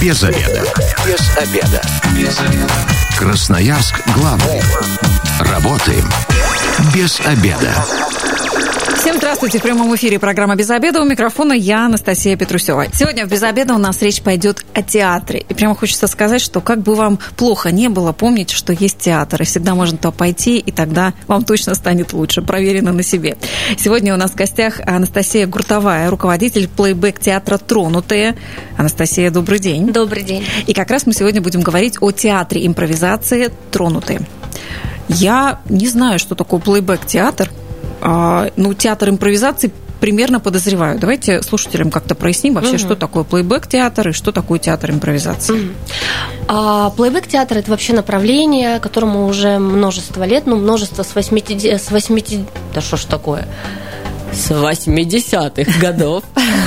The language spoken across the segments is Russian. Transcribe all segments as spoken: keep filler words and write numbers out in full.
Без обеда. Без обеда. Без обеда. Красноярск главный. Работаем без обеда. Всем здравствуйте. В прямом эфире программа «Без обеда». У микрофона я, Анастасия Петрусева. Сегодня в «Без обеда» у нас речь пойдет о театре. И прямо хочется сказать, что как бы вам плохо не было, помните, что есть театр. И всегда можно туда пойти, и тогда вам точно станет лучше. Проверено на себе. Сегодня у нас в гостях Анастасия Гуртовая, руководитель плейбэк-театра «Тронутые». Анастасия, добрый день. Добрый день. И как раз мы сегодня будем говорить о театре импровизации «Тронутые». Я не знаю, что такое плейбэк-театр. Ну, театр импровизации примерно подозреваю. Давайте слушателям как-то проясним вообще, угу. что такое плейбэк-театр и что такое театр импровизации. Угу. А, плейбэк-театр – это вообще направление, которому уже множество лет, ну, множество с восьмидесятых, с восьмидесятых, да что ж такое, с восьмидесятых годов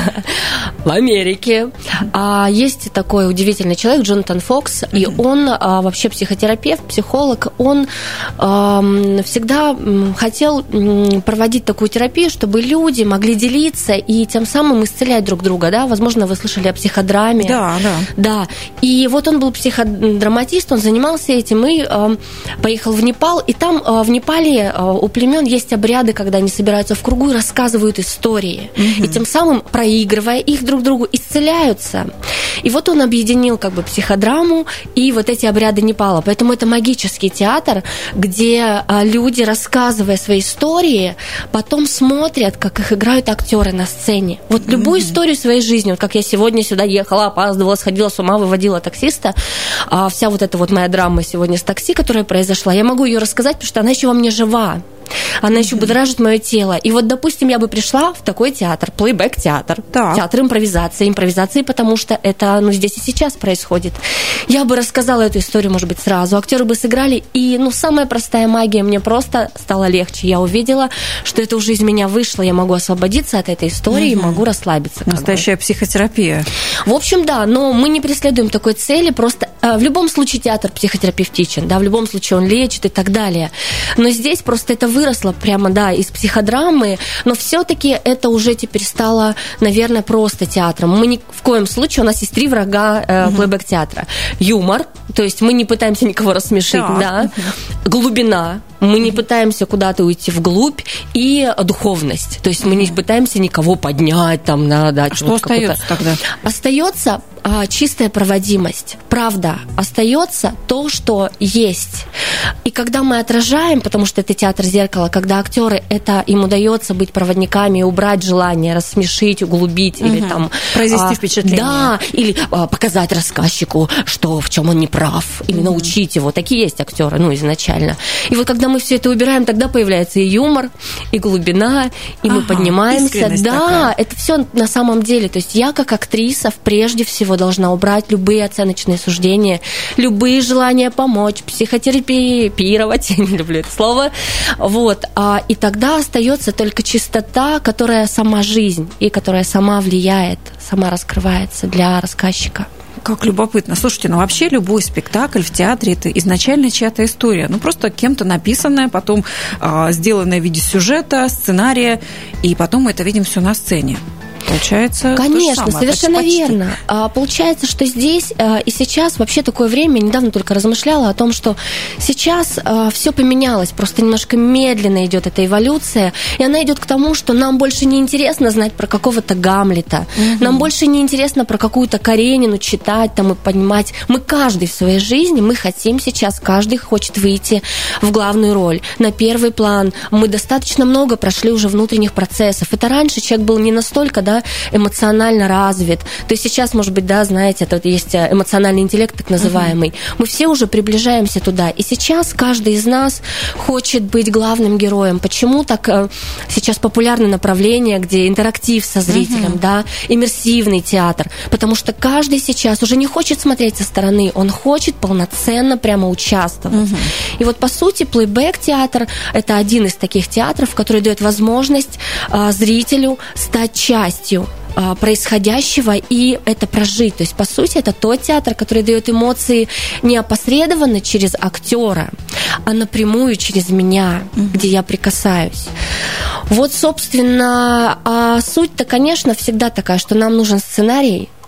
в Америке. А есть такой удивительный человек, Джонатан Фокс, mm-hmm. и он а, вообще психотерапевт, психолог. Он а, всегда хотел проводить такую терапию, чтобы люди могли делиться и тем самым исцелять друг друга. Да? Возможно, вы слышали о психодраме. Да, да. Да. И вот он был психодраматист, он занимался этим и а, поехал в Непал. И там а, в Непале а, у племен есть обряды, когда они собираются в кругу и рассказывают истории. Mm-hmm. И тем самым, проигрывая их друг другу, исцеляются. И вот он объединил как бы психодраму и вот эти обряды Непала. Поэтому это магический театр, где люди, рассказывая свои истории, потом смотрят, как их играют актеры на сцене. Вот любую mm-hmm. историю своей жизни, вот как я сегодня сюда ехала, опаздывала, сходила с ума, выводила таксиста, а вся вот эта вот моя драма сегодня с такси, которая произошла, я могу ее рассказать, потому что она еще во мне жива. Она еще будоражит мое тело. И вот, допустим, я бы пришла в такой театр, плейбэк-театр, так. театр импровизации, импровизации, потому что это, ну, здесь и сейчас происходит. Я бы рассказала эту историю, может быть, сразу. Актеры бы сыграли, и, ну, самая простая магия, мне просто стало легче. Я увидела, что это уже из меня вышло, я могу освободиться от этой истории угу. и могу расслабиться. Настоящая психотерапия. В общем, да, но мы не преследуем такой цели, просто в любом случае театр психотерапевтичен, да, в любом случае он лечит и так далее. Но здесь просто это выросло прямо, да, из психодрамы, но все-таки это уже теперь стало, наверное, просто театром. Мы ни в коем случае, у нас есть три врага э, угу. плейбэк-театра. Юмор, то есть мы не пытаемся никого рассмешить, да, да. Угу. Глубина, мы не пытаемся куда-то уйти вглубь, и духовность, то есть мы не пытаемся никого поднять, там, да, да. А что остается тогда? Остается а, чистая проводимость, правда, остается то, что есть. И когда мы отражаем, потому что это театр зеркала, когда актеры, это им удается быть проводниками и убрать желание рассмешить, углубить угу. или там произвести а, впечатление, да, или а, показать рассказчику, что в чем он не прав, или угу. научить его. Такие есть актеры, ну изначально. И вот когда мы все это убираем, тогда появляется и юмор, и глубина, и ага, мы поднимаемся. Да, такая. Это все на самом деле. То есть я как актриса прежде всего должна убрать любые оценочные суждения, любые желания помочь, психотерапировать, я не люблю это слово. Вот. И тогда остается только чистота, которая сама жизнь, и которая сама влияет, сама раскрывается для рассказчика. Как любопытно. Слушайте, ну вообще любой спектакль в театре – это изначально чья-то история. Ну просто кем-то написанная, потом э, сделанная в виде сюжета, сценария, и потом мы это видим все на сцене. Получается, конечно, совершенно почти. верно. А, получается, что здесь а, и сейчас вообще такое время, недавно только размышляла о том, что сейчас а, все поменялось, просто немножко медленно идет эта эволюция, и она идет к тому, что нам больше не интересно знать про какого-то Гамлета, угу. нам больше не интересно про какую-то Каренину читать там и понимать. Мы каждый в своей жизни, мы хотим сейчас, каждый хочет выйти в главную роль, на первый план. Мы достаточно много прошли уже внутренних процессов. Это раньше человек был не настолько, да, эмоционально развит. То есть сейчас, может быть, да, знаете, это вот есть эмоциональный интеллект так называемый. Uh-huh. Мы все уже приближаемся туда. И сейчас каждый из нас хочет быть главным героем. Почему так э, сейчас популярное направление, где интерактив со зрителем, uh-huh. да, иммерсивный театр? Потому что каждый сейчас уже не хочет смотреть со стороны, он хочет полноценно прямо участвовать. Uh-huh. И вот, по сути, плейбэк-театр – это один из таких театров, который дает возможность э, зрителю стать частью происходящего и это прожить. То есть, по сути, это тот театр, который дает эмоции не опосредованно через актера, а напрямую через меня, mm-hmm. где я прикасаюсь. Вот, собственно, а суть-то, конечно, всегда такая, что нам нужен сценарий,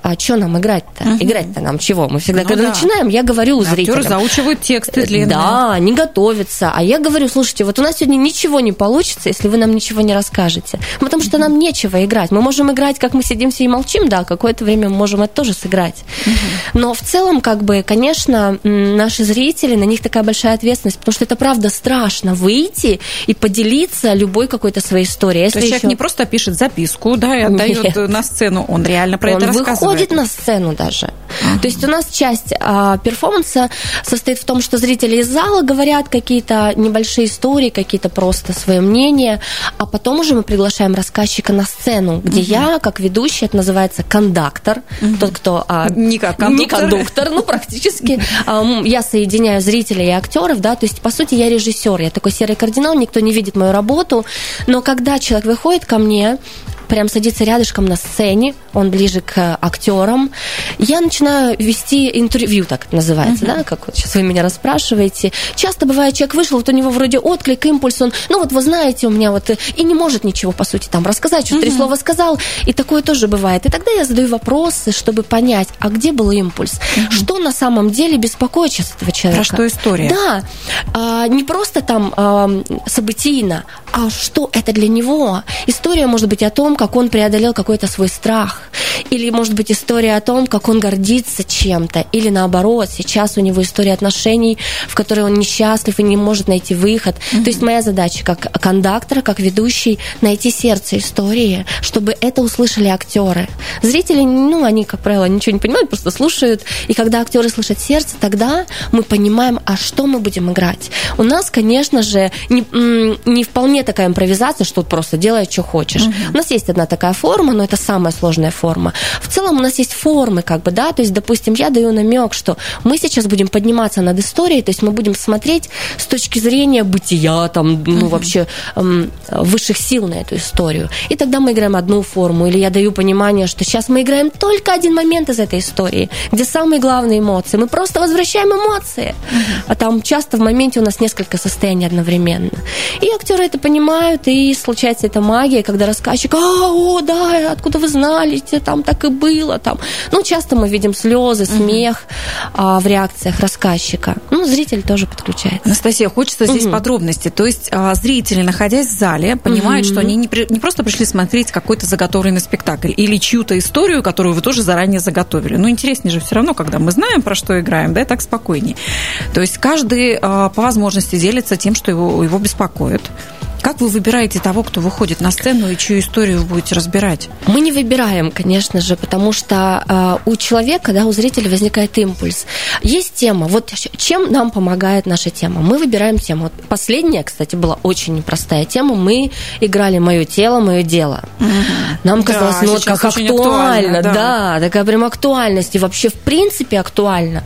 а что нам играть-то? Угу. Играть-то нам чего? Мы всегда, ну, когда да. начинаем, я говорю зрителям. Актеры заучивают тексты длинные. Да, не готовятся. А я говорю, слушайте, вот у нас сегодня ничего не получится, если вы нам ничего не расскажете. Потому что нам нечего играть. Мы можем играть, как мы сидим все и молчим, да, какое-то время мы можем это тоже сыграть. Угу. Но в целом, как бы, конечно, наши зрители, на них такая большая ответственность, потому что это правда страшно выйти и поделиться любой какой-то своей историей. Если То есть еще... человек не просто пишет записку, да, и отдает Нет. на сцену, он реально про он это рассказывает. Он выходит на сцену даже. Uh-huh. То есть у нас часть а, перформанса состоит в том, что зрители из зала говорят какие-то небольшие истории, какие-то просто свое мнение, а потом уже мы приглашаем рассказчика на сцену, где uh-huh. я, как ведущий, это называется кондактор, uh-huh. тот, кто... А, не как кондуктор. Не кондуктор, ну, практически. А, я соединяю зрителей и актеров, да, то есть, по сути, я режиссер, я такой серый кардинал, никто не видит мою работу, но когда человек выходит ко мне, прям садится рядышком на сцене, он ближе к актерам. Я начинаю вести интервью, так это называется, uh-huh. да, как вот сейчас вы меня расспрашиваете. Часто бывает, человек вышел, вот у него вроде отклик, импульс, он, ну вот вы знаете, у меня вот, и не может ничего, по сути, там рассказать, что uh-huh. три слова сказал, и такое тоже бывает. И тогда я задаю вопросы, чтобы понять, а где был импульс, uh-huh. что на самом деле беспокоит сейчас этого человека. Про что история? Да, а, не просто там а, событийно, а что это для него. История может быть о том, как он преодолел какой-то свой страх. Или, может быть, история о том, как он гордится чем-то. Или, наоборот, сейчас у него история отношений, в которой он несчастлив и не может найти выход. Mm-hmm. То есть моя задача как кондактора, как ведущий, найти сердце истории, чтобы это услышали актеры. Зрители, ну, они, как правило, ничего не понимают, просто слушают. И когда актеры слышат сердце, тогда мы понимаем, а что мы будем играть. У нас, конечно же, не, не вполне такая импровизация, что просто делай, что хочешь. Mm-hmm. У нас есть одна такая форма, но это самая сложная форма. В целом у нас есть формы, как бы, да, то есть, допустим, я даю намек, что мы сейчас будем подниматься над историей, то есть мы будем смотреть с точки зрения бытия, там, ну, uh-huh. вообще эм, высших сил на эту историю. И тогда мы играем одну форму, или я даю понимание, что сейчас мы играем только один момент из этой истории, где самые главные эмоции. Мы просто возвращаем эмоции, uh-huh. а там часто в моменте у нас несколько состояний одновременно. И актеры это понимают, и случается эта магия, когда рассказчик, а, о, да, откуда вы знали, там так и было. Там. Ну, часто мы видим слезы, смех uh-huh. а, в реакциях рассказчика. Ну, зритель тоже подключается. Анастасия, хочется здесь uh-huh. подробностей. То есть а, зрители, находясь в зале, понимают, uh-huh. что они не, при, не просто пришли смотреть какой-то заготовленный спектакль или чью-то историю, которую вы тоже заранее заготовили. Ну, интереснее же все равно, когда мы знаем, про что играем, да, и так спокойнее. То есть каждый а, по возможности делится тем, что его, его беспокоит. Как вы выбираете того, кто выходит на сцену и чью историю вы будете разбирать? Мы не выбираем, конечно же, потому что э, у человека, да, у зрителя возникает импульс. Есть тема. Вот чем нам помогает наша тема? Мы выбираем тему. Вот последняя, кстати, была очень непростая тема. Мы играли «Мое тело, мое дело». Угу. Нам казалось, да, ну вот как актуально. актуально да. да, такая прям актуальность. И вообще, в принципе, актуально.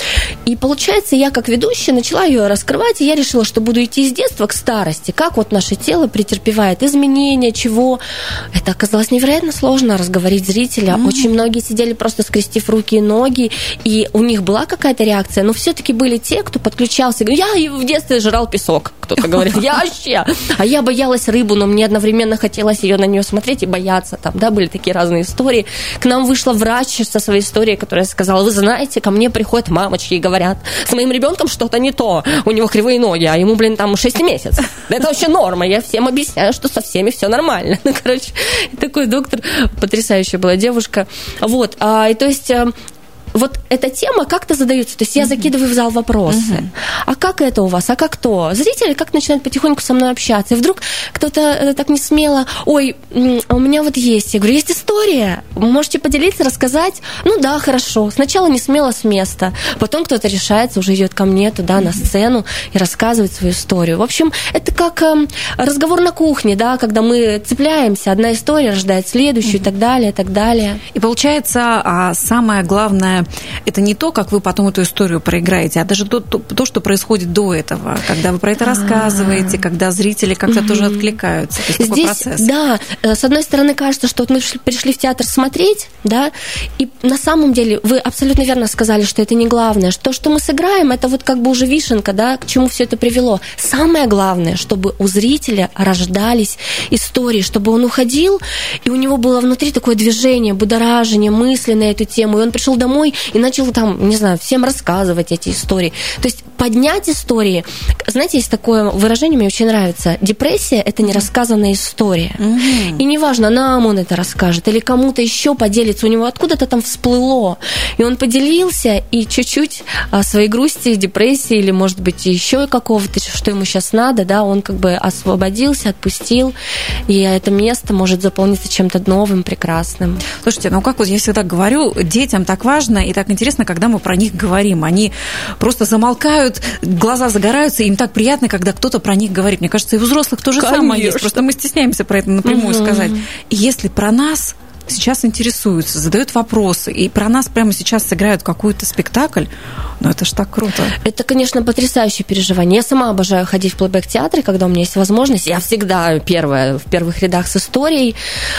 И получается, я как ведущая начала ее раскрывать, и я решила, что буду идти с детства к старости. Как вот наше тело претерпевает изменения, чего. Это оказалось невероятно сложно разговорить зрителя. Mm-hmm. Очень многие сидели просто скрестив руки и ноги, и у них была какая-то реакция, но все-таки были те, кто подключался. Я в детстве жрал песок, кто-то говорит, я вообще. А я боялась рыбу, но мне одновременно хотелось ее на нее смотреть и бояться. Там, да, были такие разные истории. К нам вышла врач со своей историей, которая сказала, вы знаете, ко мне приходят мамочки и говорят, с моим ребенком что-то не то, у него кривые ноги, а ему, блин, там шесть месяцев. Это вообще норма. Я всем объясняю, что со всеми все нормально. Ну, короче, такой доктор, потрясающая была девушка. Вот, а, и то есть... Вот эта тема как-то задается. То есть я закидываю в зал вопросы. Uh-huh. А как это у вас? А как то? Зрители как начинают потихоньку со мной общаться. И вдруг кто-то так не смело, ой, у меня вот есть. Я говорю, есть история. Можете поделиться, рассказать? Ну да, хорошо. Сначала не смело с места. Потом кто-то решается, уже идет ко мне туда, uh-huh. на сцену и рассказывает свою историю. В общем, это как э, разговор на кухне, да, когда мы цепляемся, одна история рождает следующую uh-huh. и так далее, и так далее. И получается, самое главное важно, это не то, как вы потом эту историю проиграете, а даже то, то, то что происходит до этого, когда вы про это рассказываете, когда зрители как-то mm-hmm. тоже откликаются. То есть такой Здесь, процесс. Да, с одной стороны, кажется, что вот мы пришли в театр смотреть, да, и на самом деле вы абсолютно верно сказали, что это не главное. То, что мы сыграем, это вот как бы уже вишенка, да, к чему все это привело. Самое главное, чтобы у зрителя рождались истории, чтобы он уходил, и у него было внутри такое движение, будоражение, мысли на эту тему, и он пришел домой и начал там, не знаю, всем рассказывать эти истории. То есть поднять истории. Знаете, есть такое выражение, мне очень нравится. Депрессия – это нерассказанная история. Mm-hmm. И неважно, нам он это расскажет или кому-то еще поделится, у него откуда-то там всплыло. И он поделился, и чуть-чуть о своей грусти, депрессии или, может быть, еще какого-то, что ему сейчас надо, да, он как бы освободился, отпустил, и это место может заполниться чем-то новым, прекрасным. Слушайте, ну как вот я всегда говорю, детям так важно и так интересно, когда мы про них говорим. Они просто замолкают, глаза загораются, им так приятно, когда кто-то про них говорит. Мне кажется, и у взрослых то же Конечно. самое есть. Просто мы стесняемся про это напрямую угу. сказать. И если про нас сейчас интересуются, задают вопросы, и про нас прямо сейчас сыграют какой-то спектакль, ну это ж так круто. Это, конечно, потрясающее переживание. Я сама обожаю ходить в плейбэк-театры, когда у меня есть возможность. Я всегда первая в первых рядах с историей.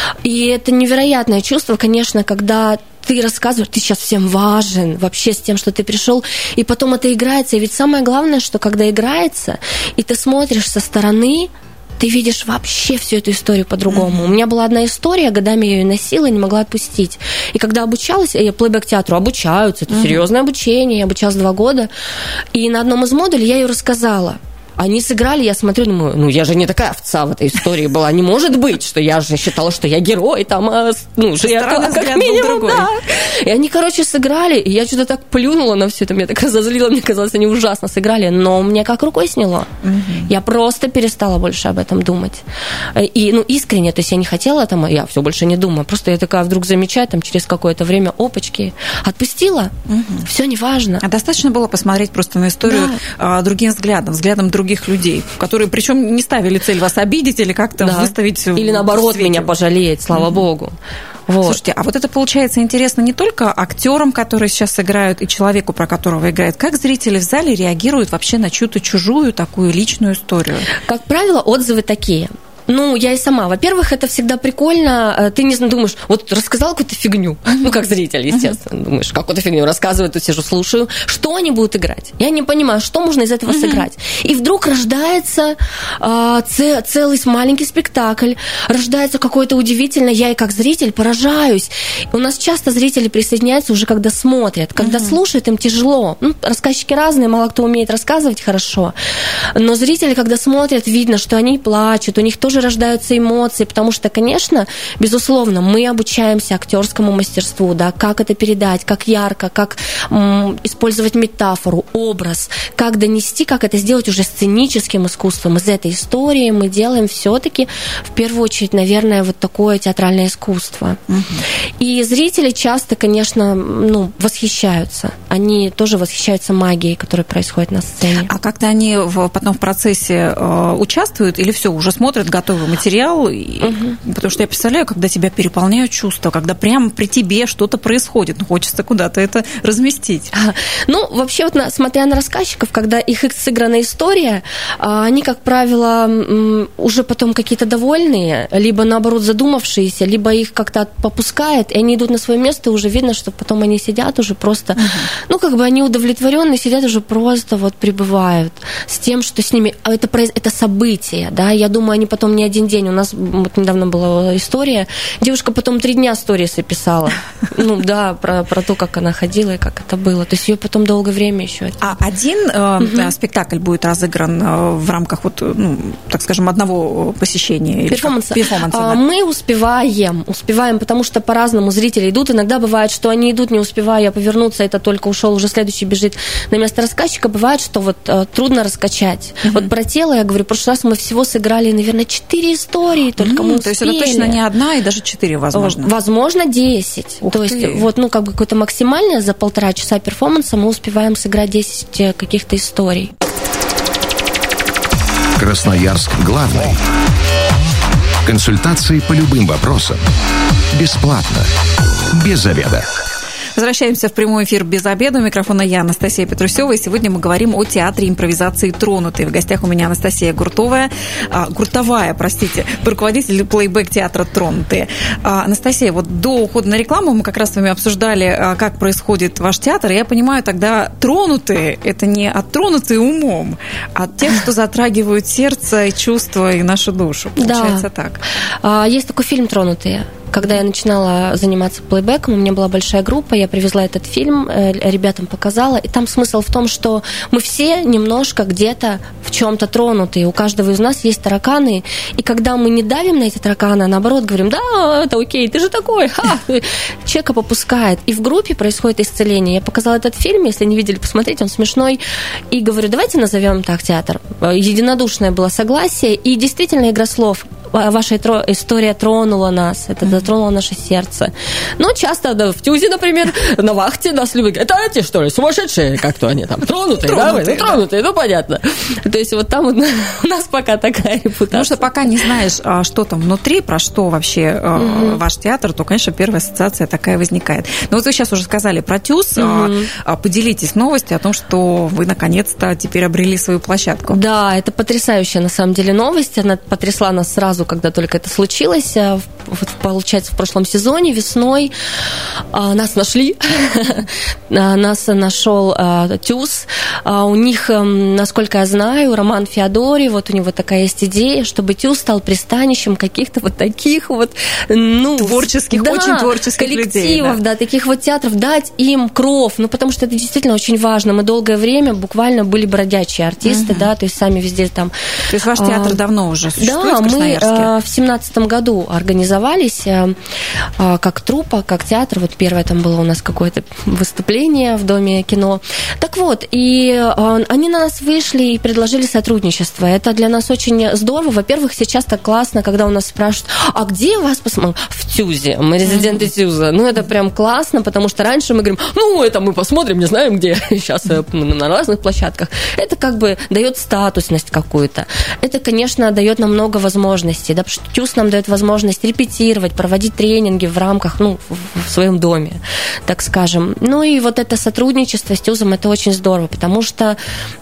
И это невероятное чувство, конечно, когда ты рассказываешь, ты сейчас всем важен, вообще с тем, что ты пришел, и потом это играется. И ведь самое главное, что когда играется, и ты смотришь со стороны, ты видишь вообще всю эту историю по-другому. Mm-hmm. У меня была одна история, годами я ее носила и не могла отпустить. И когда обучалась, я плейбэк-театру обучаются, это mm-hmm. серьезное обучение, я обучалась два года, и на одном из модулей я ее рассказала. Они сыграли, я смотрю, думаю, ну, я же не такая овца в этой истории была. Не может быть, что я же считала, что я герой, там, а, ну, что я как, как минимум, да. И они, короче, сыграли, и я что-то так плюнула на все это, меня так разозлило, мне казалось, они ужасно сыграли, но мне как рукой сняло. Угу. Я просто перестала больше об этом думать. И, ну, искренне, то есть я не хотела там, я все больше не думаю, просто я такая вдруг замечаю, там, через какое-то время, опачки, отпустила, угу. все неважно. А достаточно было посмотреть просто на историю да. другим взглядом, взглядом других других людей, которые, причем, не ставили цель вас обидеть или как-то да. выставить или наоборот меня пожалеть, слава mm-hmm. богу. Вот. Слушайте, а вот это получается интересно не только актерам, которые сейчас играют, и человеку, про которого играет, как зрители в зале реагируют вообще на чью-то чужую такую личную историю? Как правило, отзывы такие. Ну, я и сама. Во-первых, это всегда прикольно. Ты не думаешь, вот рассказал какую-то фигню. Uh-huh. Ну, как зритель, естественно. Uh-huh. Думаешь, какую-то фигню рассказывают, тут сижу, слушаю. Что они будут играть? Я не понимаю, что можно из этого uh-huh. сыграть. И вдруг рождается э, ц- целый маленький спектакль. Рождается какое-то удивительное. Я и как зритель поражаюсь. У нас часто зрители присоединяются уже, когда смотрят. Когда uh-huh. слушают, им тяжело. Ну, рассказчики разные, мало кто умеет рассказывать хорошо. Но зрители, когда смотрят, видно, что они плачут, у них тоже рождаются эмоции, потому что, конечно, безусловно, мы обучаемся актерскому мастерству, да, как это передать, как ярко, как м, использовать метафору, образ, как донести, как это сделать уже сценическим искусством. Из этой истории мы делаем все-таки, в первую очередь, наверное, вот такое театральное искусство. Угу. И зрители часто, конечно, ну, восхищаются. Они тоже восхищаются магией, которая происходит на сцене. А как-то они в, потом в процессе э, участвуют или все, уже смотрят, готовы готовый материал, угу. потому что я представляю, когда тебя переполняют чувства, когда прямо при тебе что-то происходит, ну, хочется куда-то это разместить. А, ну, вообще, вот на, смотря на рассказчиков, когда их сыграна история, они, как правило, уже потом какие-то довольные, либо, наоборот, задумавшиеся, либо их как-то попускает, и они идут на свое место, и уже видно, что потом они сидят уже просто, угу. ну, как бы они удовлетворенные, сидят уже просто вот пребывают с тем, что с ними, это, это событие, да, я думаю, они потом не один день. У нас вот недавно была история. Девушка потом три дня сторисы писала. Ну да, про, про то, как она ходила и как это было. То есть ее потом долгое время еще. А один э, угу. спектакль будет разыгран э, в рамках, вот, ну, так скажем, одного посещения? Перформанса. Перформанса а, да. Мы успеваем. Успеваем, потому что по-разному зрители идут. Иногда бывает, что они идут, не успевая повернуться, это только ушел, уже следующий бежит на место рассказчика. Бывает, что вот э, трудно раскачать. Угу. Вот про тело, я говорю, в прошлый раз мы всего сыграли, наверное, четыре истории, только mm, мы успели. То есть это точно не одна и даже четыре, возможно? Возможно, десять. Ух то ты. есть вот, ну, как бы какое-то максимальное за полтора часа перформанса мы успеваем сыграть десять каких-то историй. Красноярск главный. Консультации по любым вопросам. Бесплатно. Без заведа. Возвращаемся в прямой эфир «Без обеда». У микрофона я, Анастасия Петрусева. И сегодня мы говорим о театре импровизации «Тронутые». В гостях у меня Анастасия Гуртовая, а, Гуртовая, простите, руководитель плейбэк-театра «Тронутые». А, Анастасия, вот до ухода на рекламу мы как раз с вами обсуждали, а, как происходит ваш театр. И я понимаю, тогда «Тронутые» — это не оттронутые умом, а те, что затрагивают сердце и чувства, и нашу душу. Получается да. так. Есть такой фильм «Тронутые». Когда я начинала заниматься плейбэком, у меня была большая группа, я привезла этот фильм, ребятам показала, и там смысл в том, что мы все немножко где-то в чем-то тронутые, у каждого из нас есть тараканы, и когда мы не давим на эти тараканы, а наоборот говорим, да, это окей, ты же такой, ха, человека попускает, и в группе происходит исцеление. Я показала этот фильм, если не видели, посмотрите, он смешной, и говорю, давайте назовем так театр. Единодушное было согласие, и действительно игра слов. Ваша история тронула нас, это затронуло наше сердце. Но часто да, в ТЮЗе, например, на вахте нас любят говорить, это эти, что ли, сумасшедшие, как-то они там, тронутые, тронутые, да? Ну, тронутые, да. Ну, понятно. То есть вот там вот у нас пока такая репутация. Потому что пока не знаешь, что там внутри, про что вообще mm-hmm. ваш театр, то, конечно, первая ассоциация такая возникает. Но вот вы сейчас уже сказали про ТЮЗ, mm-hmm. поделитесь новостью о том, что вы, наконец-то, теперь обрели свою площадку. Да, это потрясающая, на самом деле, новость, она потрясла нас сразу, когда только это случилось, получается, в прошлом сезоне, весной, нас нашли, нас нашел ТЮЗ, у них, насколько я знаю, Роман Феодори, вот у него такая есть идея, чтобы ТЮЗ стал пристанищем каких-то вот таких вот, ну... Творческих, да, очень творческих коллективов, людей. Да. да, таких вот театров, дать им кров, ну, потому что это действительно очень важно. Мы долгое время буквально были бродячие артисты, uh-huh. да, то есть сами везде там... То есть ваш театр а, давно уже существует да, в Красноярске? Да, мы в семнадцатом году организовались как труппа, как театр. Вот первое там было у нас какое-то выступление в Доме кино. Так вот, и они на нас вышли и предложили сотрудничество. Это для нас очень здорово. Во-первых, сейчас так классно, когда у нас спрашивают, а где вас посмотрим? В ТЮЗе. Мы резиденты ТЮЗа. Ну, это прям классно, потому что раньше мы говорим, ну, это мы посмотрим, не знаем где. Сейчас на разных площадках. Это как бы дает статусность какую-то. Это, конечно, дает нам много возможностей. Да, потому что ТЮЗ нам дает возможность репетировать, проводить тренинги в рамках, ну, в своем доме, так скажем. Ну и вот это сотрудничество с ТЮЗом, это очень здорово, потому что,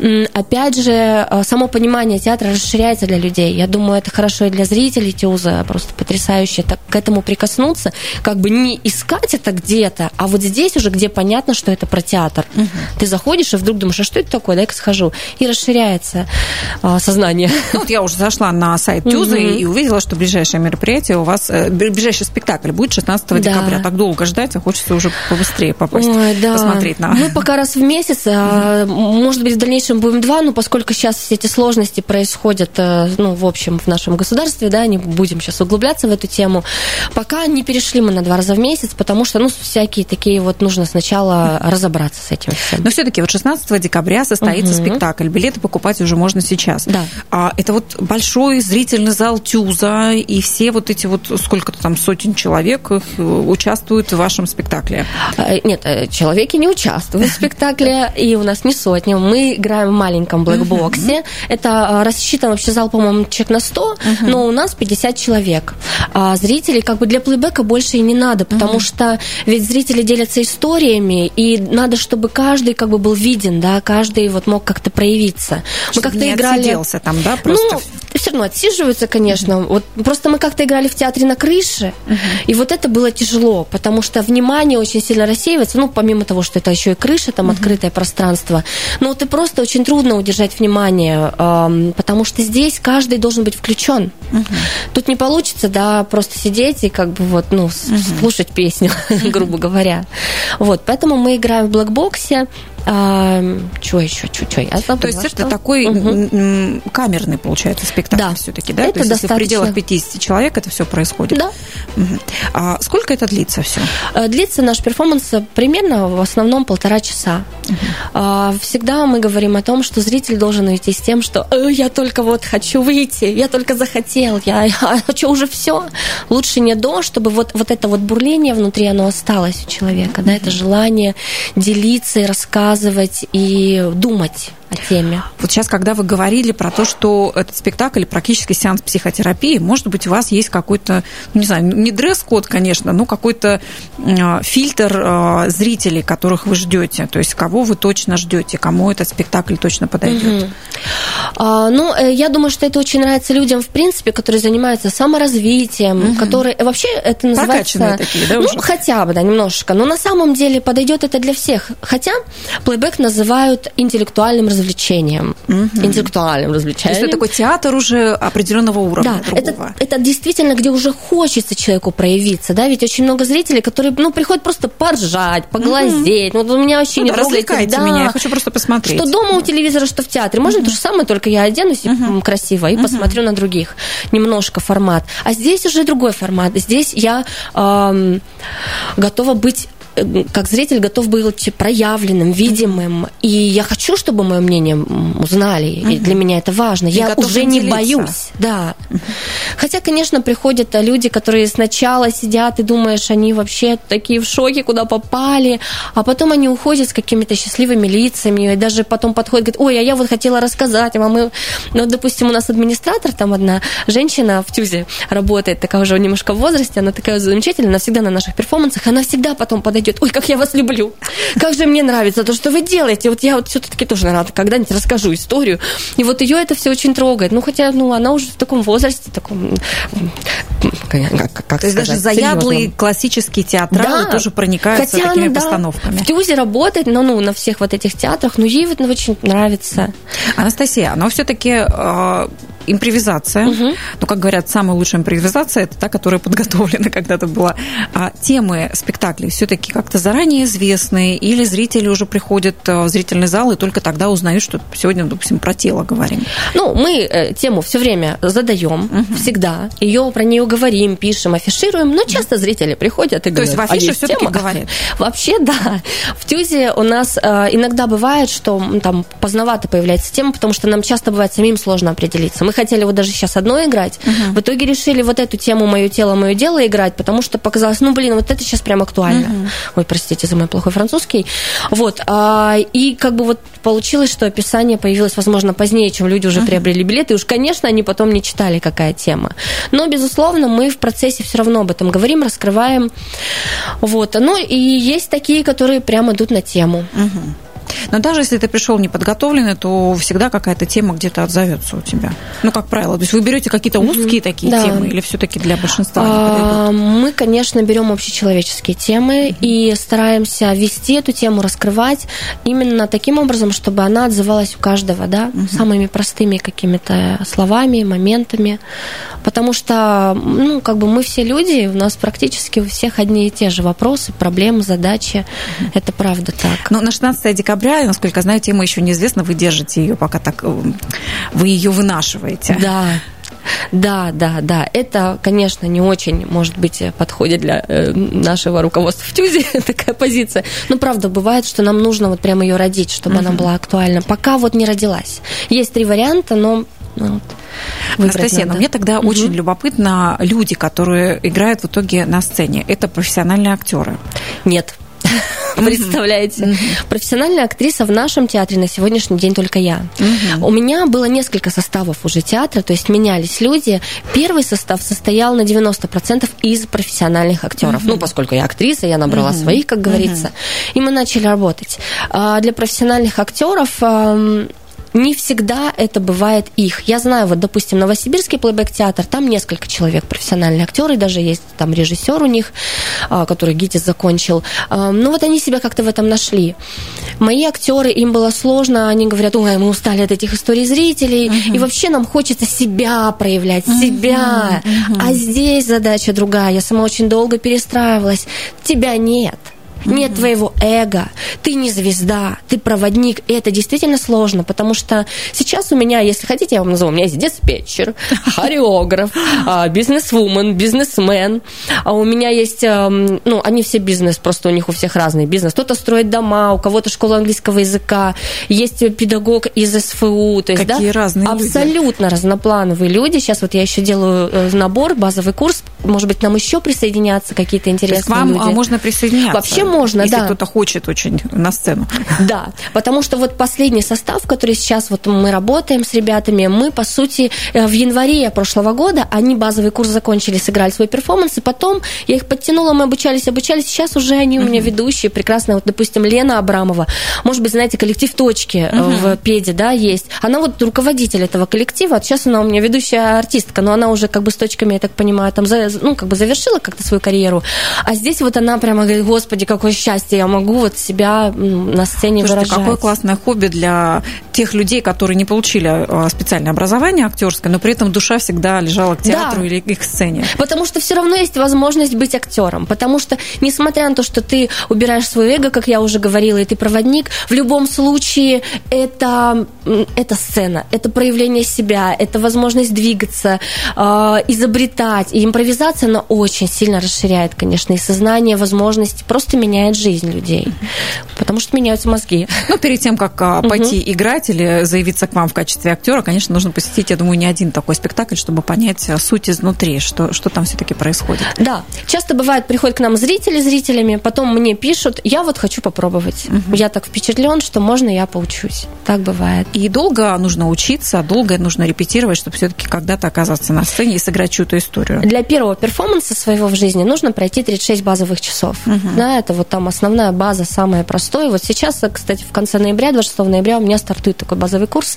опять же, само понимание театра расширяется для людей. Я думаю, это хорошо и для зрителей ТЮЗа, просто потрясающе так к этому прикоснуться, как бы не искать это где-то, а вот здесь уже, где понятно, что это про театр. Угу. Ты заходишь и вдруг думаешь, а что это такое, дай-ка схожу. И расширяется а, сознание. Ну, вот я уже зашла на сайт ТЮЗа угу. и увидела, что ближайшее мероприятие у вас, ближайший спектакль будет шестнадцатого да. декабря. Так долго ждать, а хочется уже побыстрее попасть, Ой, да. посмотреть на... Мы пока раз в месяц, mm-hmm. может быть, в дальнейшем будем два, но поскольку сейчас все эти сложности происходят, ну, в общем, в нашем государстве, да, не будем сейчас углубляться в эту тему, пока не перешли мы на два раза в месяц, потому что, ну, всякие такие вот нужно сначала разобраться с этим всем. Но все-таки вот шестнадцатого декабря состоится mm-hmm. спектакль, билеты покупать уже можно сейчас. Да. А, это вот большой зрительный зал ТЮЗа, и все вот эти вот сколько-то там сотен человек участвуют в вашем спектакле? Нет, человеки не участвуют в спектакле, и у нас не сотни. Мы играем в маленьком блэкбоксе. Uh-huh. Это рассчитан вообще зал, по-моему, человек на сто, uh-huh. но у нас пятьдесят человек. А зрителей как бы для плейбэка больше и не надо, потому uh-huh. что ведь зрители делятся историями, и надо, чтобы каждый как бы был виден, да, каждый вот мог как-то проявиться. Мы как-то не играли... отсиделся там, да, просто... Ну, все равно отсиживаются, конечно. Uh-huh. Вот просто мы как-то играли в театре на крыше, uh-huh. и вот это было тяжело, потому что внимание очень сильно рассеивается, ну, помимо того, что это еще и крыша, там, uh-huh. открытое пространство, но вот и просто очень трудно удержать внимание, э, потому что здесь каждый должен быть включен. Uh-huh. Тут не получится, да, просто сидеть и как бы вот, ну, uh-huh. слушать песню, uh-huh. грубо говоря. Вот, поэтому мы играем в блэкбоксе. А, что еще? Чё, чё? Я забыла, То есть что? это такой угу. камерный, получается, спектакль да. все-таки, да? Это То есть достаточно... если в пределах пятьдесят человек это все происходит? Да. Угу. А сколько это длится все? Длится наш перформанс примерно в основном полтора часа. Угу. Всегда мы говорим о том, что зритель должен уйти с тем, что э, я только вот хочу выйти, я только захотел, я, я хочу уже все. Лучше не до, чтобы вот, вот это вот бурление внутри, оно осталось у человека. Да? это желание делиться и рассказывать, и думать о теме. Вот сейчас, когда вы говорили про то, что этот спектакль практически сеанс психотерапии, может быть, у вас есть какой-то, не знаю, не дресс-код, конечно, но какой-то фильтр зрителей, которых вы ждете, то есть кого вы точно ждете, кому этот спектакль точно подойдет. Угу. А, ну, я думаю, что это очень нравится людям, в принципе, которые занимаются саморазвитием, угу. которые вообще это называется... Прокачанные такие, да, ну, уже? хотя бы, да, немножечко. Но на самом деле подойдет это для всех. Хотя плейбэк называют интеллектуальным развлечением. Угу. Интеллектуальным развлечением. То есть это такой театр уже определенного уровня. Да, это, это действительно, где уже хочется человеку проявиться, да, ведь очень много зрителей, которые, ну, приходят просто поржать, поглазеть. Угу. Ну, у меня вообще ну, не да, трогайте. Развлекайте да. меня, я хочу просто посмотреть. Что дома у телевизора, что в театре. Можно угу. то же самое, только я оденусь угу. красиво и угу. посмотрю на других. Немножко формат. А здесь уже другой формат. Здесь я эм, готова быть, как зритель, готов быть проявленным, видимым. И я хочу, чтобы мое мнение узнали. Uh-huh. И для меня это важно. И я уже не делиться. боюсь. Да. Uh-huh. Хотя, конечно, приходят люди, которые сначала сидят и думаешь, они вообще такие в шоке, куда попали, а потом они уходят с какими-то счастливыми лицами, и даже потом подходят, говорят, ой, а я вот хотела рассказать вам. Мы... Ну, допустим, у нас администратор, там одна женщина в ТЮЗе работает, такая уже немножко в возрасте, она такая замечательная, она всегда на наших перформансах, она всегда потом подойдет, ой, как я вас люблю, как же мне нравится то, что вы делаете. Вот я вот все-таки тоже, наверное, когда-нибудь расскажу историю. И вот ее это все очень трогает. Ну, хотя, ну, она уже в таком возрасте, таком, как, как то есть сказать, даже заядлые серьезном. Классические театралы да. тоже проникаются хотя такими она, постановками. Да, в ТЮЗе работает, но ну, на всех вот этих театрах, ну, ей вот очень нравится. Анастасия, но все-таки э, импровизация, угу. ну, как говорят, самая лучшая импровизация – это та, которая подготовлена когда-то была. А темы спектаклей все-таки как-то заранее известны, или зрители уже приходят в зрительный зал и только тогда узнают, что сегодня, допустим, про тело говорим? Ну, мы тему все время задаем, угу. всегда. Ее про нее говорим, пишем, афишируем, но часто зрители приходят и говорят, то есть в афише а все-таки говорят? Вообще, да. В ТЮЗе у нас иногда бывает, что там поздновато появляется тема, потому что нам часто бывает самим сложно определиться. Мы хотели вот даже сейчас одно играть, угу. в итоге решили вот эту тему «Мое тело, мое дело» играть, потому что показалось, ну, блин, вот это сейчас прям актуально. Угу. Ой, простите за мой плохой французский. Вот. И как бы вот получилось, что описание появилось, возможно, позднее, чем люди уже uh-huh. приобрели билеты. И уж, конечно, они потом не читали, какая тема. Но, безусловно, мы в процессе все равно об этом говорим, раскрываем. Вот. Ну, и есть такие, которые прямо идут на тему. Uh-huh. Но даже если ты пришел неподготовленный, то всегда какая-то тема где-то отзовется у тебя. Ну, как правило. То есть вы берете какие-то узкие mm-hmm. такие да. темы или все-таки для большинства а, мы, конечно, берем общечеловеческие темы mm-hmm. и стараемся вести эту тему, раскрывать именно таким образом, чтобы она отзывалась у каждого, да, mm-hmm. самыми простыми какими-то словами, моментами. Потому что, ну, как бы мы все люди, у нас практически у всех одни и те же вопросы, проблемы, задачи. Mm-hmm. Это правда так. Но на шестнадцатое декабря, насколько знаю, тема еще неизвестна, вы держите ее, пока так вы ее вынашиваете. Да. Да, да, да. Это, конечно, не очень, может быть, подходит для нашего руководства в ТЮЗе, такая позиция. Но, правда, бывает, что нам нужно вот прямо ее родить, чтобы uh-huh. она была актуальна. Пока вот не родилась. Есть три варианта, но... Ну, Анастасия, но мне тогда угу. очень любопытно люди, которые играют в итоге на сцене. Это профессиональные актеры? Нет. Представляете? Mm-hmm. Профессиональная актриса в нашем театре на сегодняшний день только я. Mm-hmm. У меня было несколько составов уже театра, то есть менялись люди. Первый состав состоял на девяносто процентов из профессиональных актеров. Mm-hmm. Ну, поскольку я актриса, я набрала mm-hmm. своих, как говорится. Mm-hmm. И мы начали работать. А для профессиональных актеров... Не всегда это бывает их. Я знаю, вот, допустим, Новосибирский плейбэк-театр, там несколько человек, профессиональные актеры, даже есть там режиссер у них, который ГИТИС закончил. Ну вот они себя как-то в этом нашли. Мои актеры, им было сложно, они говорят, ой, мы устали от этих историй зрителей, uh-huh. и вообще нам хочется себя проявлять, uh-huh. себя. Uh-huh. А здесь задача другая. Я сама очень долго перестраивалась. Тебя нет. Нет mm-hmm. твоего эго, ты не звезда, ты проводник. И это действительно сложно, потому что сейчас у меня, если хотите, я вам назову, у меня есть диспетчер, хореограф, бизнесвумен, бизнесмен. А у меня есть, ну, они все бизнес, просто у них у всех разный бизнес. Кто-то строит дома, у кого-то школа английского языка, есть педагог из СФУ. То есть, какие да, разные абсолютно люди. Разноплановые люди. Сейчас вот я еще делаю набор, базовый курс. Может быть, нам еще присоединятся какие-то интересные к вам люди. Можно присоединяться. Вообще Возможно, если да. кто-то хочет очень на сцену. Да, потому что вот последний состав, который сейчас вот мы работаем с ребятами, мы, по сути, в январе прошлого года, они базовый курс закончили, сыграли свой перформанс, и потом я их подтянула, мы обучались, обучались, сейчас уже они у меня uh-huh. ведущие, прекрасные, вот, допустим, Лена Абрамова, может быть, знаете, коллектив «Точки» uh-huh. в Педе, да, есть, она вот руководитель этого коллектива, вот сейчас она у меня ведущая артистка, но она уже как бы с точками, я так понимаю, там, ну, как бы завершила как-то свою карьеру, а здесь вот она прямо говорит: господи, какое счастье, я могу вот себя на сцене Слушайте, выражать. Какое классное хобби для тех людей, которые не получили специальное образование актерское, но при этом душа всегда лежала к театру да. или к сцене. Потому что все равно есть возможность быть актером, потому что, несмотря на то, что ты убираешь свое эго, как я уже говорила, и ты проводник, в любом случае это, это сцена, это проявление себя, это возможность двигаться, э, изобретать, и импровизация, она очень сильно расширяет, конечно, и сознание, возможности, просто меняет жизнь людей, потому что меняются мозги. Ну, перед тем, как uh-huh. пойти играть или заявиться к вам в качестве актера, конечно, нужно посетить, я думаю, не один такой спектакль, чтобы понять суть изнутри, что, что там все-таки происходит. Да, часто бывает, приходят к нам зрители зрителями, потом мне пишут: я вот хочу попробовать. Uh-huh. Я так впечатлен, что можно я поучусь. Так бывает. И долго нужно учиться, долго нужно репетировать, чтобы все-таки когда-то оказаться на сцене и сыграть чью-то историю. Для первого перформанса своего в жизни нужно пройти тридцать шесть базовых часов. Uh-huh. Да, это вот там основная база, самая простая. Вот сейчас, кстати, в конце ноября, двадцать шестого ноября у меня стартует такой базовый курс,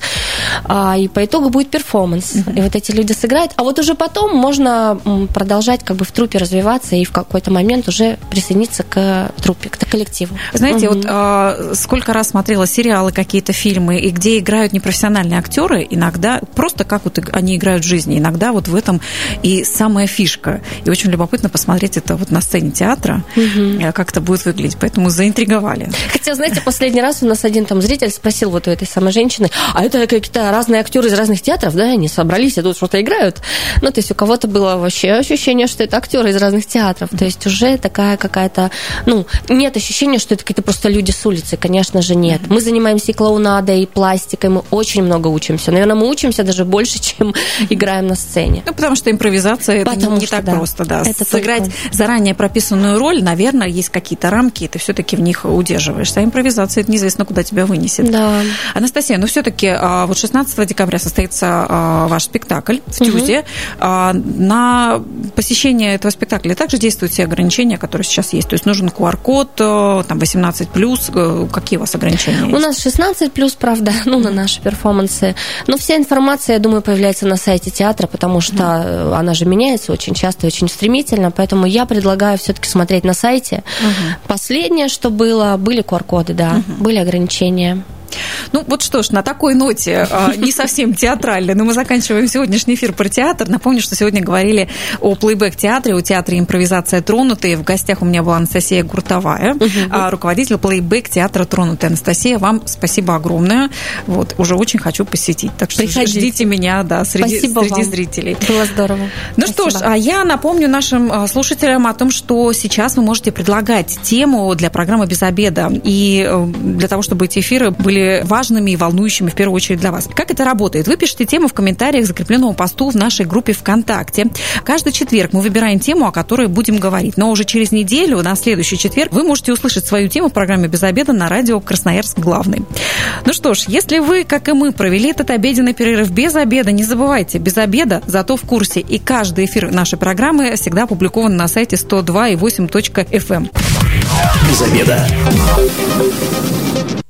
и по итогу будет перформанс. Uh-huh. И вот эти люди сыграют, а вот уже потом можно продолжать как бы в труппе развиваться и в какой-то момент уже присоединиться к труппе, к коллективу. Знаете, uh-huh. вот а, сколько раз смотрела сериалы, какие-то фильмы, и где играют непрофессиональные актеры, иногда просто как вот они играют в жизни, иногда вот в этом и самая фишка. И очень любопытно посмотреть это вот на сцене театра, uh-huh. как это будет выглядеть, поэтому заинтриговали. Хотя, знаете, последний раз у нас один там зритель спросил вот у этой самой женщины: а это какие-то разные актеры из разных театров, да, они собрались и тут что-то играют? Ну, то есть у кого-то было вообще ощущение, что это актеры из разных театров, то есть уже такая какая-то, ну, нет ощущения, что это какие-то просто люди с улицы, конечно же, нет. Мы занимаемся и клоунадой, и пластикой, мы очень много учимся. Наверное, мы учимся даже больше, чем играем на сцене. Ну, потому что импровизация это не, не так да. просто, да. Это сыграть только... заранее прописанную роль, наверное, есть какие-то рамки, и ты все-таки в них удерживаешься. А импровизация, это неизвестно, куда тебя вынесет. Да. Анастасия, ну все-таки вот шестнадцатого декабря состоится ваш спектакль в ТЮЗе. Uh-huh. На посещение этого спектакля также действуют все ограничения, которые сейчас есть. То есть нужен ку ар код, там восемнадцать плюс. Какие у вас ограничения есть? У нас шестнадцать плюс, правда, ну, на наши перформансы. Но вся информация, я думаю, появляется на сайте театра, потому что uh-huh. она же меняется очень часто, очень стремительно. Поэтому я предлагаю все-таки смотреть на сайте. Uh-huh. Последнее, что было, были ку ар коды, да, uh-huh. были ограничения. Ну, вот что ж, на такой ноте, не совсем театральной, но мы заканчиваем сегодняшний эфир про театр. Напомню, что сегодня говорили о плейбэк-театре, о театре импровизация «Тронутые». В гостях у меня была Анастасия Гуртовая, uh-huh. руководитель плейбэк-театра «Тронутые». Анастасия, вам спасибо огромное. Вот, уже очень хочу посетить. Так что Приходите. Ждите меня, да, среди, среди зрителей. Было здорово. Ну спасибо. Что ж, а я напомню нашим слушателям о том, что сейчас вы можете предлагать тему для программы «Без обеда». И для того, чтобы эти эфиры были важными и волнующими в первую очередь для вас. Как это работает? Вы пишете тему в комментариях к закрепленному посту в нашей группе ВКонтакте. Каждый четверг мы выбираем тему, о которой будем говорить. Но уже через неделю, на следующий четверг, вы можете услышать свою тему в программе «Без обеда» на радио «Красноярск главный». Ну что ж, если вы, как и мы, провели этот обеденный перерыв без обеда, не забывайте, без обеда, зато в курсе. И каждый эфир нашей программы всегда опубликован на сайте сто два и восемь точка эф эм. Без обеда.